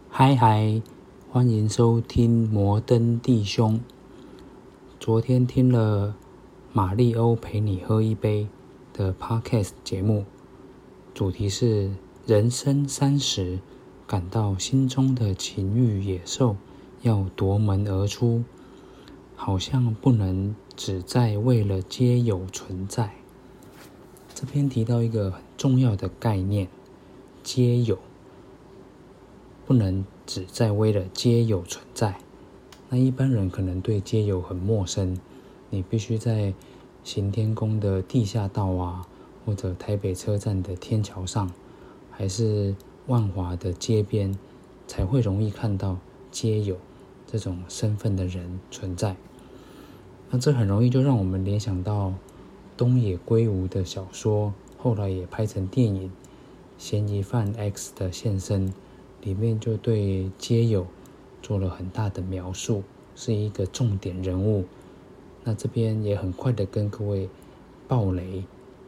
嗨嗨，欢迎收听摩登弟兄。昨天听了马利欧陪你喝一杯的 Podcast 节目，主题是人生30，感到心中的情欲野兽要夺门而出，好像不能只在为了街友存在。这边提到一个很重要的概念，街友。不能只在为了街友存在。那一般人可能对街友很陌生，你必须在行天宫的地下道啊，或者台北车站的天桥上，还是万华的街边，才会容易看到街友这种身份的人存在。那这很容易就让我们联想到东野圭吾的小说，后来也拍成电影《嫌疑犯 X 的现身》，里面就对街友做了很大的描述，是一个重点人物。那这边也很快的跟各位爆雷，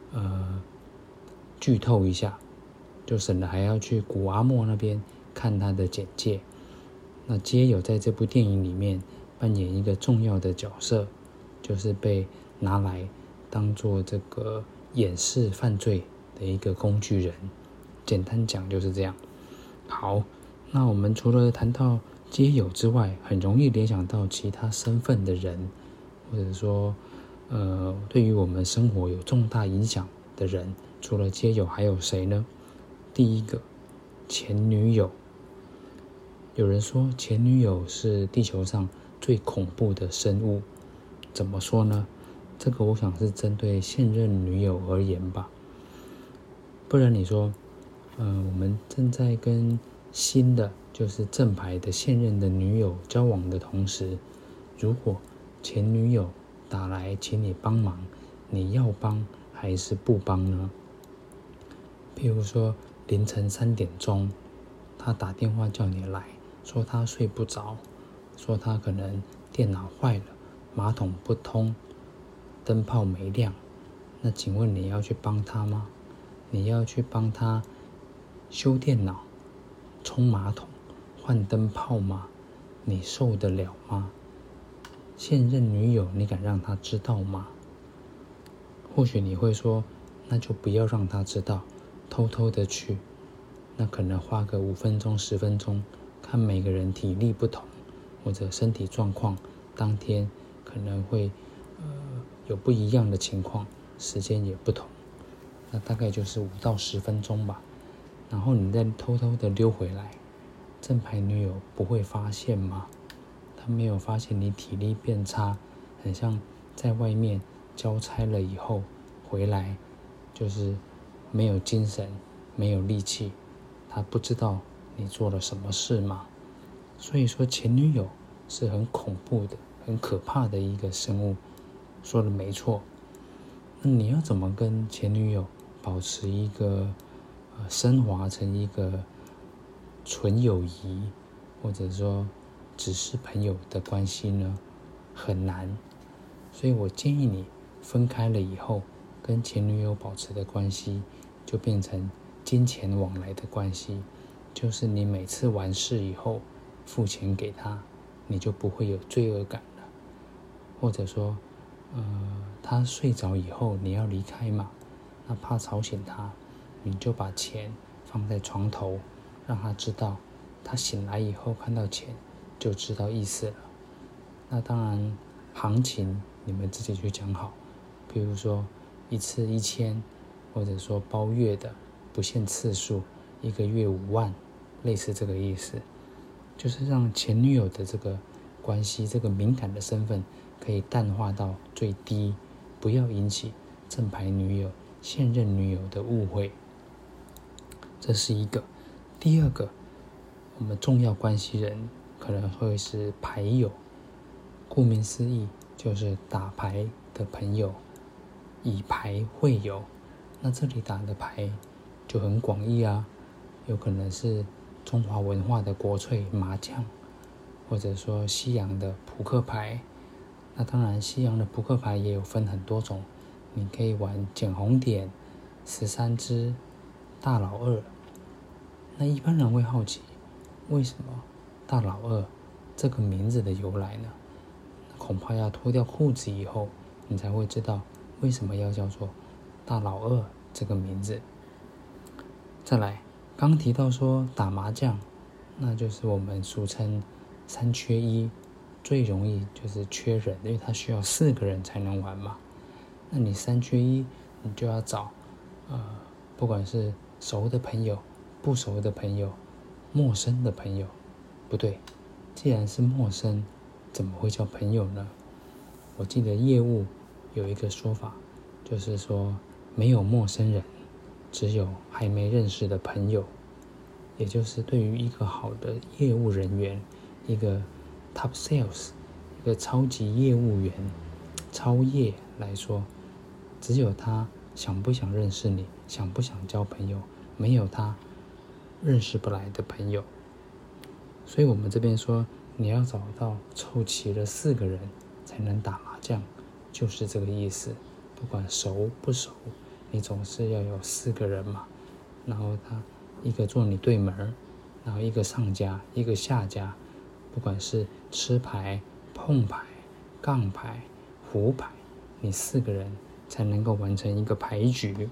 剧透一下，就省得还要去古阿莫那边看他的简介。那街友在这部电影里面扮演一个重要的角色，就是被拿来当做这个掩饰犯罪的一个工具人。简单讲就是这样。好，那我们除了谈到街友之外，很容易联想到其他身份的人，或者说，对于我们生活有重大影响的人，除了街友还有谁呢？第一个，前女友。有人说前女友是地球上最恐怖的生物，怎么说呢？这个我想是针对现任女友而言吧。不然你说，我们正在跟新的就是正牌的现任的女友交往的同时，如果前女友打来请你帮忙，你要帮还是不帮呢？譬如说凌晨3点钟，他打电话叫你来，说他睡不着，说他可能电脑坏了，马桶不通，灯泡没亮，那请问你要去帮他吗？你要去帮他修电脑、冲马桶、换灯泡吗？你受得了吗？现任女友你敢让她知道吗？或许你会说，那就不要让她知道，偷偷的去。那可能花个5分钟、10分钟，看每个人体力不同，或者身体状况，当天可能会有不一样的情况，时间也不同。那大概就是5到10分钟吧，然后你再偷偷的溜回来，正牌女友不会发现吗？她没有发现你体力变差，很像在外面交差了以后回来就是没有精神、没有力气，她不知道你做了什么事吗？所以说前女友是很恐怖的、很可怕的一个生物，说的没错。那你要怎么跟前女友保持一个升华成一个纯友谊，或者说只是朋友的关系呢？很难。所以我建议你分开了以后，跟前女友保持的关系就变成金钱往来的关系，就是你每次完事以后付钱给她，你就不会有罪恶感了。或者说他睡着以后你要离开嘛，那怕吵醒他，你就把钱放在床头，让他知道，他醒来以后看到钱就知道意思了。那当然行情你们自己去讲好，比如说一次1000，或者说包月的不限次数，1个月5万，类似这个意思，就是让前女友的这个关系，这个敏感的身份可以淡化到最低，不要引起正牌女友、现任女友的误会。这是一个。第二个，我们重要关系人可能会是牌友，顾名思义就是打牌的朋友，以牌会友。那这里打的牌就很广义啊，有可能是中华文化的国粹麻将，或者说西洋的扑克牌。那当然西洋的扑克牌也有分很多种，你可以玩捡红点、13只、大老二。那一般人会好奇， 为什么大老二这个名字的由来呢？恐怕要脱掉裤子以后，你才会知道为什么要叫做大老二这个名字。再来，刚提到说打麻将，那就是我们俗称3缺1，最容易就是缺人，因为它需要4个人才能玩嘛。那你3缺1，你就要找不管是熟的朋友、不熟的朋友、陌生的朋友。不对，既然是陌生，怎么会叫朋友呢？我记得业务有一个说法，就是说没有陌生人，只有还没认识的朋友。也就是对于一个好的业务人员，一个 top sales， 一个超级业务员、超业来说，只有他想不想认识你，想不想交朋友，没有他认识不来的朋友。所以我们这边说，你要找到凑齐了4个人才能打麻将，就是这个意思。不管熟不熟，你总是要有4个人嘛。然后他一个坐你对门，然后一个上家，一个下家。不管是吃牌、碰牌、杠牌、胡牌，你4个人才能够完成一个牌局。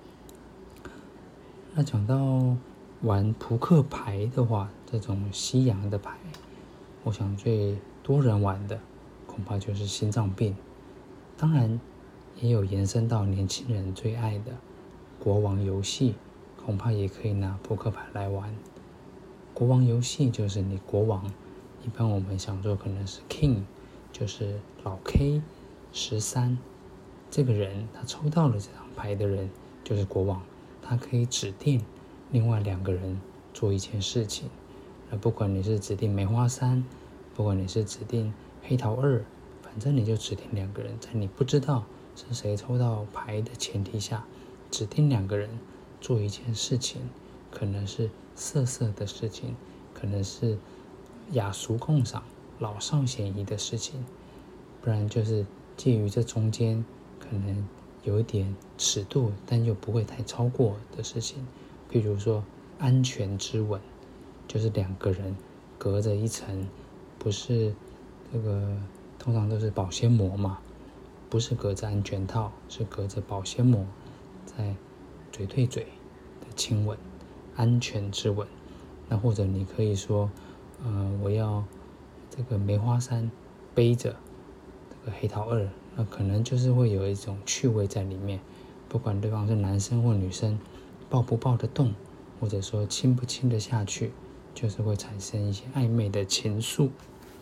那讲到玩扑克牌的话，这种西洋的牌，我想最多人玩的恐怕就是心脏病。当然也有延伸到年轻人最爱的国王游戏，恐怕也可以拿扑克牌来玩。国王游戏就是你国王，一般我们想说可能是 King， 就是老 K13， 这个人他抽到了这张牌的人就是国王，他可以指定另外2个人做一件事情。不管你是指定梅花3，不管你是指定黑桃2，反正你就指定2个人，在你不知道是谁抽到牌的前提下，指定2个人做一件事情，可能是色的事情，可能是雅俗共赏、老少咸宜的事情，不然就是介于这中间，可能有一点尺度，但又不会太超过的事情。譬如说安全之吻，就是2个人隔着一层，不是这个通常都是保鲜膜嘛，不是隔着安全套，是隔着保鲜膜，在嘴对嘴的亲吻，安全之吻。那或者你可以说我要这个梅花3背着这个黑桃2，那可能就是会有一种趣味在里面，不管对方是男生或女生，抱不抱得动，或者说亲不亲得下去，就是会产生一些暧昧的情愫。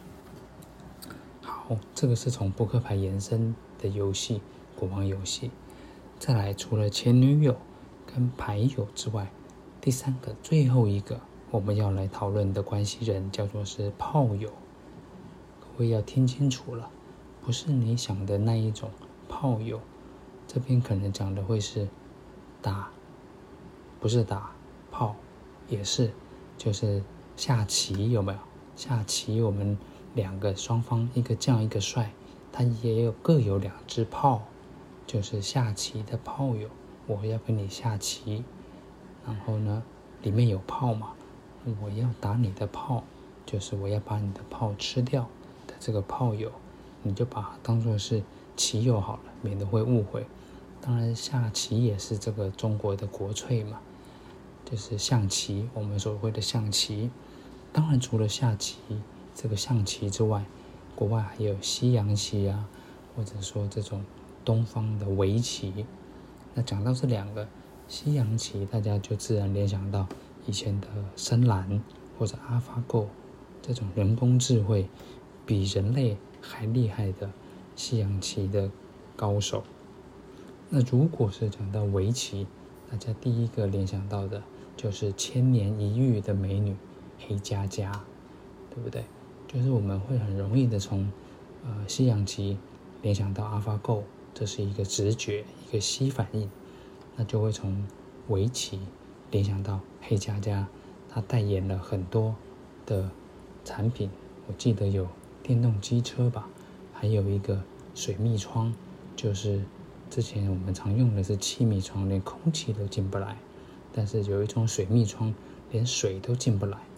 好，这个是从扑克牌延伸的游戏，国王游戏。再来，除了前女友跟牌友之外，第3个最后一个我们要来讨论的关系人叫做是炮友。各位要听清楚了，不是你想的那一种炮友，这边可能讲的会是打，不是打炮，也是就是下棋，有没有？下棋我们2个双方，一个将一个帅，他也有各有2只炮，就是下棋的炮友。我要跟你下棋，然后呢里面有炮嘛，我要打你的炮，就是我要把你的炮吃掉的这个炮友，你就把它当作是棋友好了，免得会误会。当然下棋也是这个中国的国粹嘛，就是象棋，我们所谓的象棋。当然除了下棋这个象棋之外，国外还有西洋棋啊，或者说这种东方的围棋。那讲到这2个西洋棋，大家就自然联想到以前的深蓝或者AlphaGo这种人工智慧比人类还厉害的西洋棋的高手。那如果是讲到围棋，大家第一个联想到的就是千年一遇的美女黑佳佳，对不对？就是我们会很容易的从西洋棋联想到 AlphaGo， 这是一个直觉，一个吸反应，那就会从围棋联想到黑佳佳，她代言了很多的产品，我记得有电动机车吧，还有一个水密窗，就是之前我们常用的是气密窗，连空气都进不来，但是有一种水密窗连水都进不来，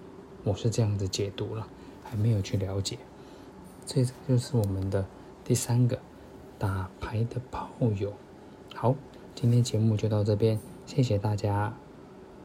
我是这样子解读了，还没有去了解。这就是我们的第3个打牌的炮友。好，今天节目就到这边，谢谢大家。